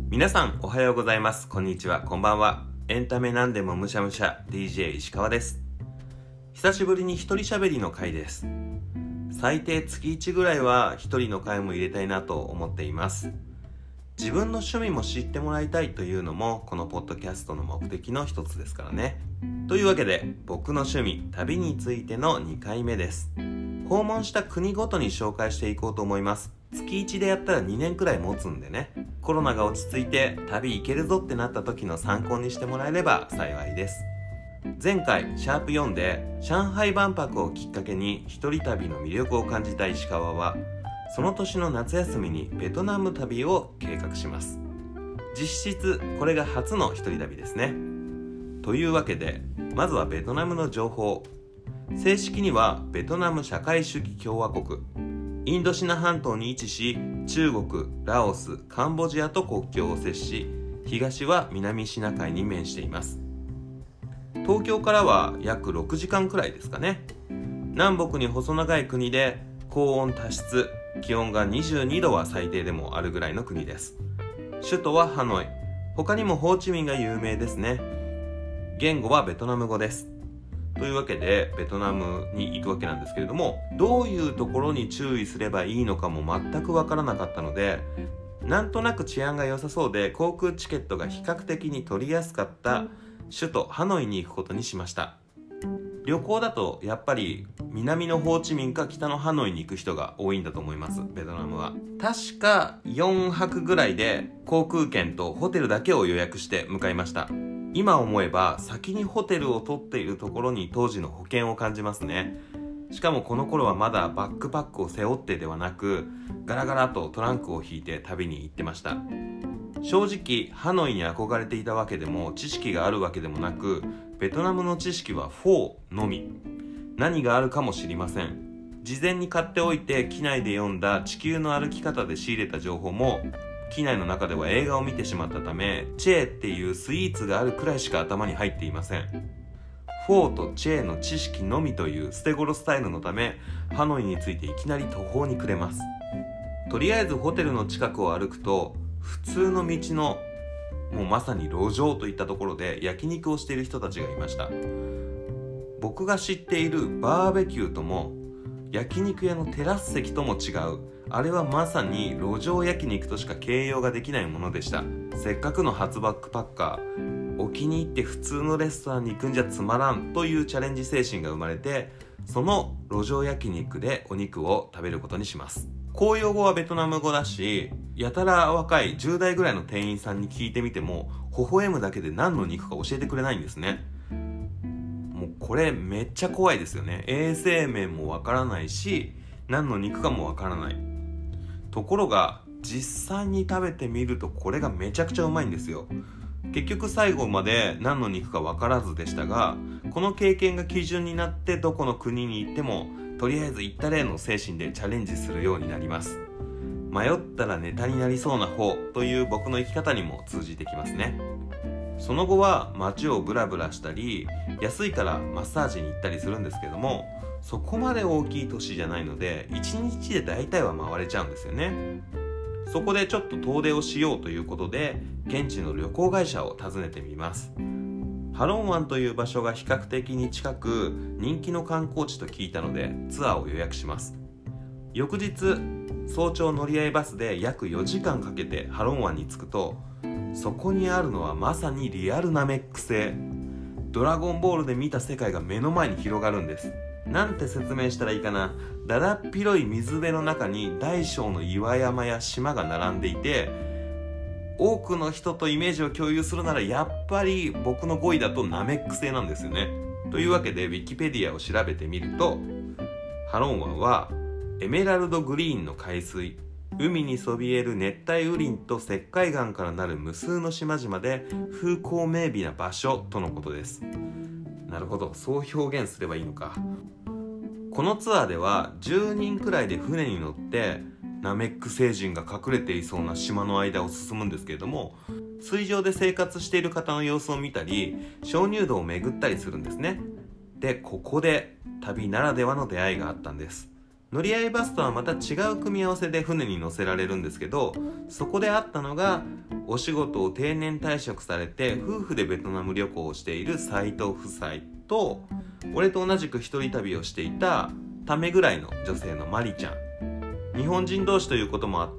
皆さんおはようございます。こんにちは、こんばんは。エンタメなんでもむしゃむしゃ DJ 石川です。久しぶりに一人喋りの回です。最低月1ぐらいは一人の回も入れたいなと思っています。自分の趣味も知ってもらいたいというのもこのポッドキャストの目的の一つですからね。というわけで僕の趣味旅についての2回目です。訪問した国ごとに紹介していこうと思います。月1でやったら2年くらい持つんでね、コロナが落ち着いて旅行けるぞってなった時の参考にしてもらえれば幸いです。前回シャープ4で上海万博をきっかけに一人旅の魅力を感じた石川は、その年の夏休みにベトナム旅を計画します。実質これが初の一人旅ですね。というわけでまずはベトナムの情報。正式にはベトナム社会主義共和国、インドシナ半島に位置し、中国、ラオス、カンボジアと国境を接し、東は南シナ海に面しています。東京からは約6時間くらいですかね。南北に細長い国で、高温多湿、気温が22度は最低でもあるぐらいの国です。首都はハノイ、他にもホーチミンが有名ですね。言語はベトナム語です。というわけでベトナムに行くわけなんですけれども、どういうところに注意すればいいのかも全くわからなかったので、なんとなく治安が良さそうで航空チケットが比較的に取りやすかった首都ハノイに行くことにしました。旅行だとやっぱり南のホーチミンか北のハノイに行く人が多いんだと思います。ベトナムは確か4泊ぐらいで航空券とホテルだけを予約して向かいました。今思えば先にホテルを取っているところに当時の保険を感じますね。しかもこの頃はまだバックパックを背負ってではなく、ガラガラとトランクを引いて旅に行ってました。正直ハノイに憧れていたわけでも知識があるわけでもなく、ベトナムの知識はフォーのみ。何があるかも知りません。事前に買っておいて機内で読んだ地球の歩き方で仕入れた情報も、機内の中では映画を見てしまったため、チェーっていうスイーツがあるくらいしか頭に入っていません。フォーとチェーの知識のみという捨て頃スタイルのため、ハノイについていきなり途方に暮れます。とりあえずホテルの近くを歩くと、普通の道のもうまさに路上といったところで焼肉をしている人たちがいました。僕が知っているバーベキューとも焼肉屋のテラス席とも違う、あれはまさに路上焼肉としか形容ができないものでした。せっかくの初バックパッカー、沖に行って普通のレストランに行くんじゃつまらんというチャレンジ精神が生まれて、その路上焼肉でお肉を食べることにします。公用語はベトナム語だし、やたら若い10代ぐらいの店員さんに聞いてみても微笑むだけで何の肉か教えてくれないんですね。もうこれめっちゃ怖いですよね。衛生面もわからないし、何の肉かもわからない。ところが実際に食べてみるとこれがめちゃくちゃうまいんですよ。結局最後まで何の肉かわからずでしたが、この経験が基準になってどこの国に行ってもとりあえず行ったれの精神でチャレンジするようになります。迷ったらネタになりそうな方という僕の生き方にも通じてきますね。その後は街をブラブラしたり、安いからマッサージに行ったりするんですけども、そこまで大きい都市じゃないので1日で大体は回れちゃうんですよね。そこでちょっと遠出をしようということで現地の旅行会社を訪ねてみます。ハロン湾という場所が比較的に近く人気の観光地と聞いたのでツアーを予約します。翌日早朝乗り合いバスで約4時間かけてハロン湾に着くと、そこにあるのはまさにリアルナメック星。ドラゴンボールで見た世界が目の前に広がるんです。なんて説明したらいいかな。だだっ広い水辺の中に大小の岩山や島が並んでいて、多くの人とイメージを共有するならやっぱり僕の語彙だとナメック星なんですよね。というわけでウィキペディアを調べてみると、ハロン湾はエメラルドグリーンの海水、海にそびえる熱帯雨林と石灰岩からなる無数の島々で風光明媚な場所とのことです。なるほど、そう表現すればいいのか。このツアーでは10人くらいで船に乗ってナメック星人が隠れていそうな島の間を進むんですけれども、水上で生活している方の様子を見たり鍾乳洞を巡ったりするんですね。でここで旅ならではの出会いがあったんです。 乗り合いバスとはまた違う組み合わせで船に乗せられるんですけど、そこであったのがお仕事を定年退職されて夫婦でベトナム旅行をしている斉藤夫妻と、俺と同じく一人旅をしていたためぐらいの女性のマリちゃん。日本人同士ということもあって、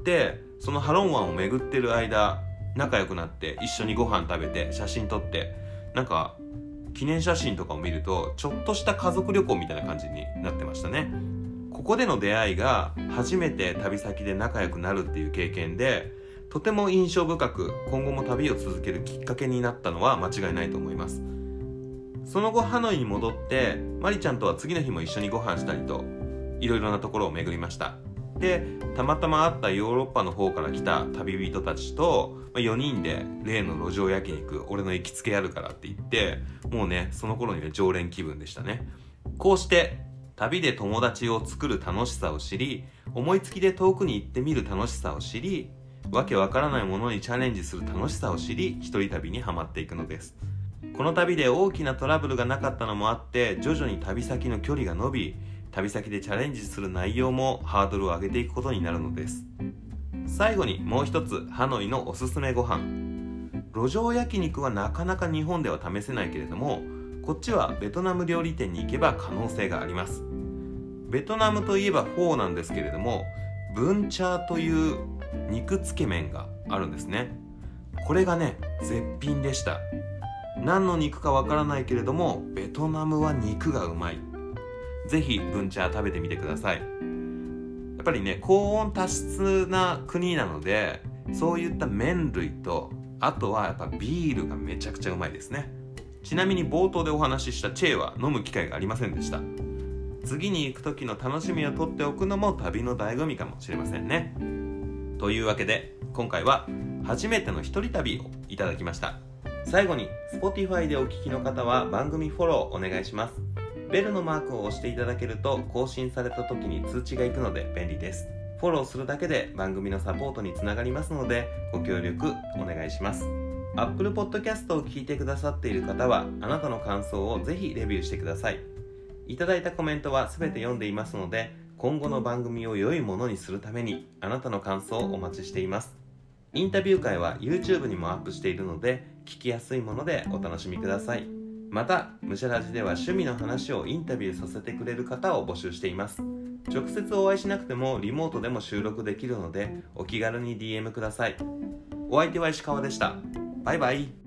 そのハロン湾を巡ってる間仲良くなって一緒にご飯食べて写真撮って、なんか記念写真とかを見るとちょっとした家族旅行みたいな感じになってましたね。ここでの出会いが初めて旅先で仲良くなるっていう経験で、とても印象深く今後も旅を続けるきっかけになったのは間違いないと思います。その後ハノイに戻ってマリちゃんとは次の日も一緒にご飯したりといろいろなところを巡りました。で、たまたま会ったヨーロッパの方から来た旅人たちと4人で例の路上焼肉、俺の行きつけやるからって言って、もうねその頃には常連気分でしたね。こうして旅で友達を作る楽しさを知り、思いつきで遠くに行ってみる楽しさを知り、わけわからないものにチャレンジする楽しさを知り、一人旅にはまっていくのです。この旅で大きなトラブルがなかったのもあって、徐々に旅先の距離が伸び、旅先でチャレンジする内容もハードルを上げていくことになるのです。最後にもう一つ、ハノイのおすすめご飯。路上焼肉はなかなか日本では試せないけれども、こっちはベトナム料理店に行けば可能性があります。ベトナムといえばフォーなんですけれども、ブンチャーという肉つけ麺があるんですね。これがね絶品でした。何の肉かわからないけれども、ベトナムは肉がうまい。ぜひブンチャー食べてみてください。やっぱりね高温多湿な国なので、そういった麺類と、あとはやっぱビールがめちゃくちゃうまいですね。ちなみに冒頭でお話ししたチェーは飲む機会がありませんでした。次に行く時の楽しみを取っておくのも旅の醍醐味かもしれませんね。というわけで今回は初めての一人旅をいただきました。最後に Spotify でお聞きの方は番組フォローお願いします。ベルのマークを押していただけると更新された時に通知がいくので便利です。フォローするだけで番組のサポートにつながりますので、ご協力お願いします。Apple Podcast を聞いてくださっている方は、あなたの感想をぜひレビューしてください。いただいたコメントは全て読んでいますので、今後の番組を良いものにするためにあなたの感想をお待ちしています。インタビュー会は YouTube にもアップしているので、聞きやすいものでお楽しみください。また、むしゃらじでは趣味の話をインタビューさせてくれる方を募集しています。直接お会いしなくてもリモートでも収録できるので、お気軽に DM ください。お相手は石川でした。バイバイ。